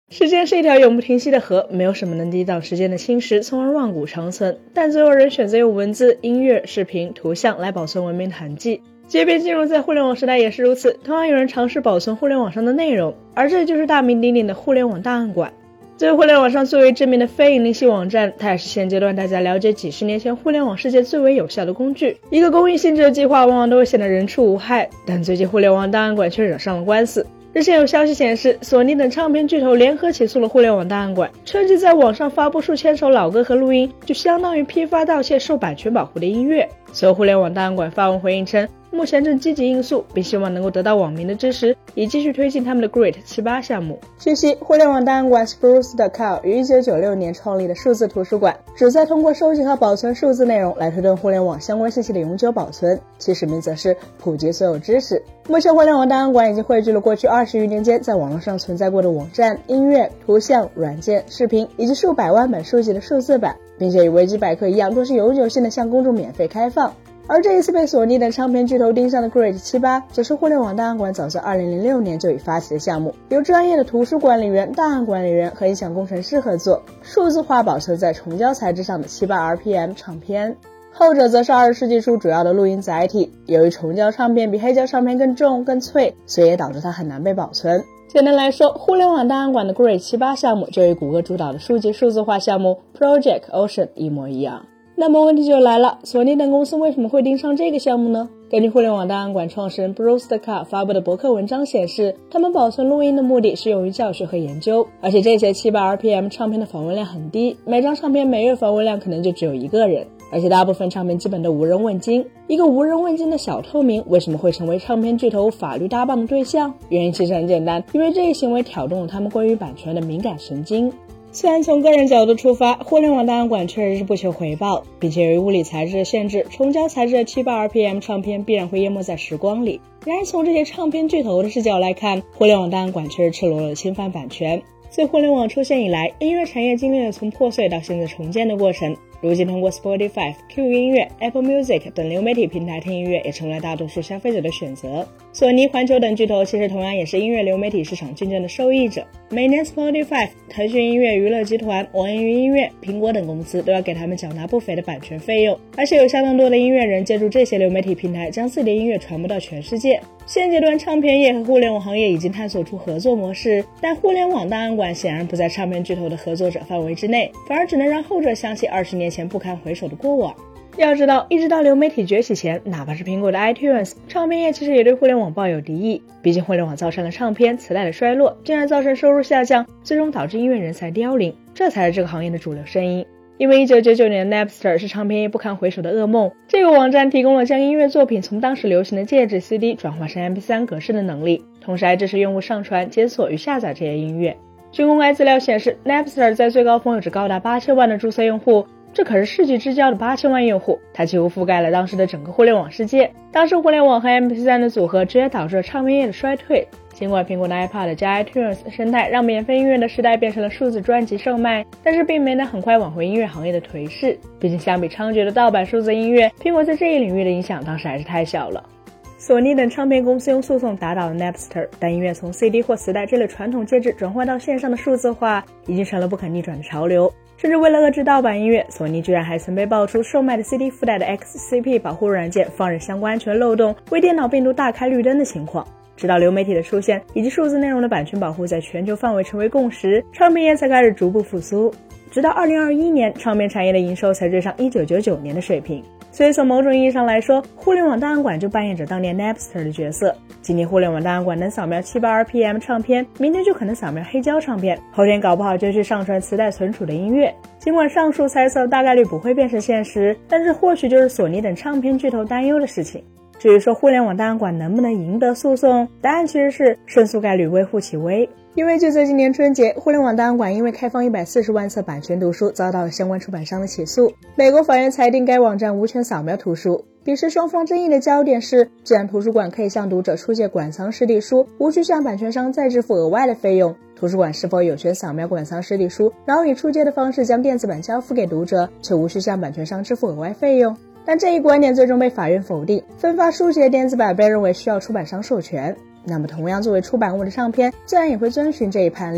时间是一条永不停息的河，没有什么能抵挡时间的侵蚀，从而万古长存。但总有人选择用文字、音乐、视频、图像来保存文明的痕迹。即便进入在互联网时代也是如此，同样有人尝试保存互联网上的内容，而这就是大名鼎鼎的互联网档案馆。作为互联网上最为知名的非盈利性网站，它也是现阶段大家了解几十年前互联网世界最为有效的工具。一个公益性质的计划往往都会显得人畜无害，但最近互联网档案馆却惹上了官司。日前有消息显示，索尼等唱片巨头联合起诉了互联网档案馆，称其在网上发布数千首老歌和录音，就相当于批发盗窃受版权保护的音乐。随后互联网档案馆发文回应称，目前正积极应诉，并希望能够得到网民的支持，以继续推进他们的 Great78 项目。据悉，互联网档案馆 Spruce.com 于1996年创立的数字图书馆，旨在通过收集和保存数字内容来推动互联网相关信息的永久保存，其使命则是普及所有知识。目前互联网档案馆已经汇聚了过去20余年间在网络上存在过的网站、音乐、图像、软件、视频以及数百万本书籍的数字版，并且与维基百科一样都是永久性的向公众免费开放。而这一次被索尼等唱片巨头盯上的 Great78 则是互联网档案馆早在2006年就已发起的项目，由专业的图书管理员、档案管理员和音响工程师合作，数字化保存在虫胶材质上的78 RPM 唱片。后者则是20世纪初主要的录音载体，由于虫胶唱片比黑胶唱片更重更脆，所以也导致它很难被保存。简单来说，互联网档案馆的 Great78 项目就与谷歌主导的书籍数字化项目 Project Ocean 一模一样。那么问题就来了，索尼等公司为什么会盯上这个项目呢？根据互联网档案馆创始人 Bruce DeCar 发布的博客文章显示，他们保存录音的目的是用于教学和研究，而且这些78 RPM 唱片的访问量很低，每张唱片每月访问量可能就只有一个人，而且大部分唱片基本都无人问津。一个无人问津的小透明为什么会成为唱片巨头法律搭档的对象？原因其实很简单，因为这一行为挑动了他们关于版权的敏感神经。虽然从个人角度出发，互联网档案馆确实是不求回报，并且由于物理材质的限制，虫胶材质的78 RPM 唱片必然会淹没在时光里。然而从这些唱片巨头的视角来看，互联网档案馆确实赤裸裸的侵犯版权。自互联网出现以来，音乐产业经历了从破碎到现在重建的过程。如今通过 Spotify、Q 音乐、Apple Music 等流媒体平台听音乐也成了大多数消费者的选择。索尼、环球等巨头其实同样也是音乐流媒体市场竞争的受益者。每年 Spotify、腾讯音乐娱乐集团、网易云音乐、苹果等公司都要给他们缴纳不菲的版权费用，而且有相当多的音乐人借助这些流媒体平台将自己的音乐传播到全世界。现阶段唱片业和互联网行业已经探索出合作模式，但互联网档案馆显然不在唱片巨头的合作者范围之内，反而只能让后者想起20年前不堪回首的过往。要知道，一直到流媒体崛起前，哪怕是苹果的 iTunes， 唱片业其实也对互联网抱有敌意。毕竟互联网造成了唱片、磁带的衰落，进而造成收入下降，最终导致音乐人才凋零，这才是这个行业的主流声音。因为1999年的 Napster 是唱片业不堪回首的噩梦，这个网站提供了将音乐作品从当时流行的介质 CD 转化成 MP3 格式的能力，同时还支持用户上传、检索与下载这些音乐。据公开资料显示， Napster 在最高峰有着高达8000万的注册用户，这可是世纪之交的8000万用户，它几乎覆盖了当时的整个互联网世界。当时互联网和 MP3 的组合直接导致了唱片业的衰退。尽管苹果的 iPod 加 iTunes 生态让免费音乐的时代变成了数字专辑售卖，但是并没能很快挽回音乐行业的颓势。毕竟相比猖獗的盗版数字音乐，苹果在这一领域的影响当时还是太小了。索尼等唱片公司用诉讼打倒了 Napster， 但音乐从 CD 或磁带这类传统介质转换到线上的数字化，已经成了不可逆转的潮流。甚至为了遏制盗版音乐，索尼居然还曾被爆出售卖的 CD 附带的 XCP 保护软件放任相关安全漏洞，为电脑病毒大开绿灯的情况。直到流媒体的出现以及数字内容的版权保护在全球范围成为共识，唱片业才开始逐步复苏。直到2021年，唱片产业的营收才追上1999年的水平。所以从某种意义上来说，互联网档案馆就扮演着当年 Napster 的角色。今天互联网档案馆能扫描78 RPM 唱片，明天就可能扫描黑胶唱片，后天搞不好就去上传磁带存储的音乐。尽管上述猜测大概率不会变成现实，但这或许就是索尼等唱片巨头担忧的事情。至于说互联网档案馆能不能赢得诉讼，答案其实是胜诉概率微乎其微。因为就在今年春节，互联网档案馆因为开放140万册版权图书遭到了相关出版商的起诉，美国法院裁定该网站无权扫描图书。彼时双方争议的焦点是，既然图书馆可以向读者出借馆藏实体书，无需向版权商再支付额外的费用，图书馆是否有权扫描馆藏实体书，然后以出借的方式将电子版交付给读者，却无需向版权商支付额外费用？但这一观点最终被法院否定，分发书籍的电子版被认为需要出版商授权。那么同样作为出版物的唱片自然也会遵循这一判例。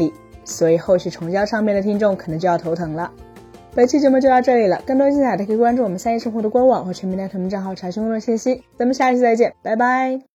所以后续重交唱片的听众可能就要头疼了。本期节目就到这里了，更多精彩的可以关注我们三一生活的官网或全民大屯门账号查询更多信息。咱们下期再见，拜拜。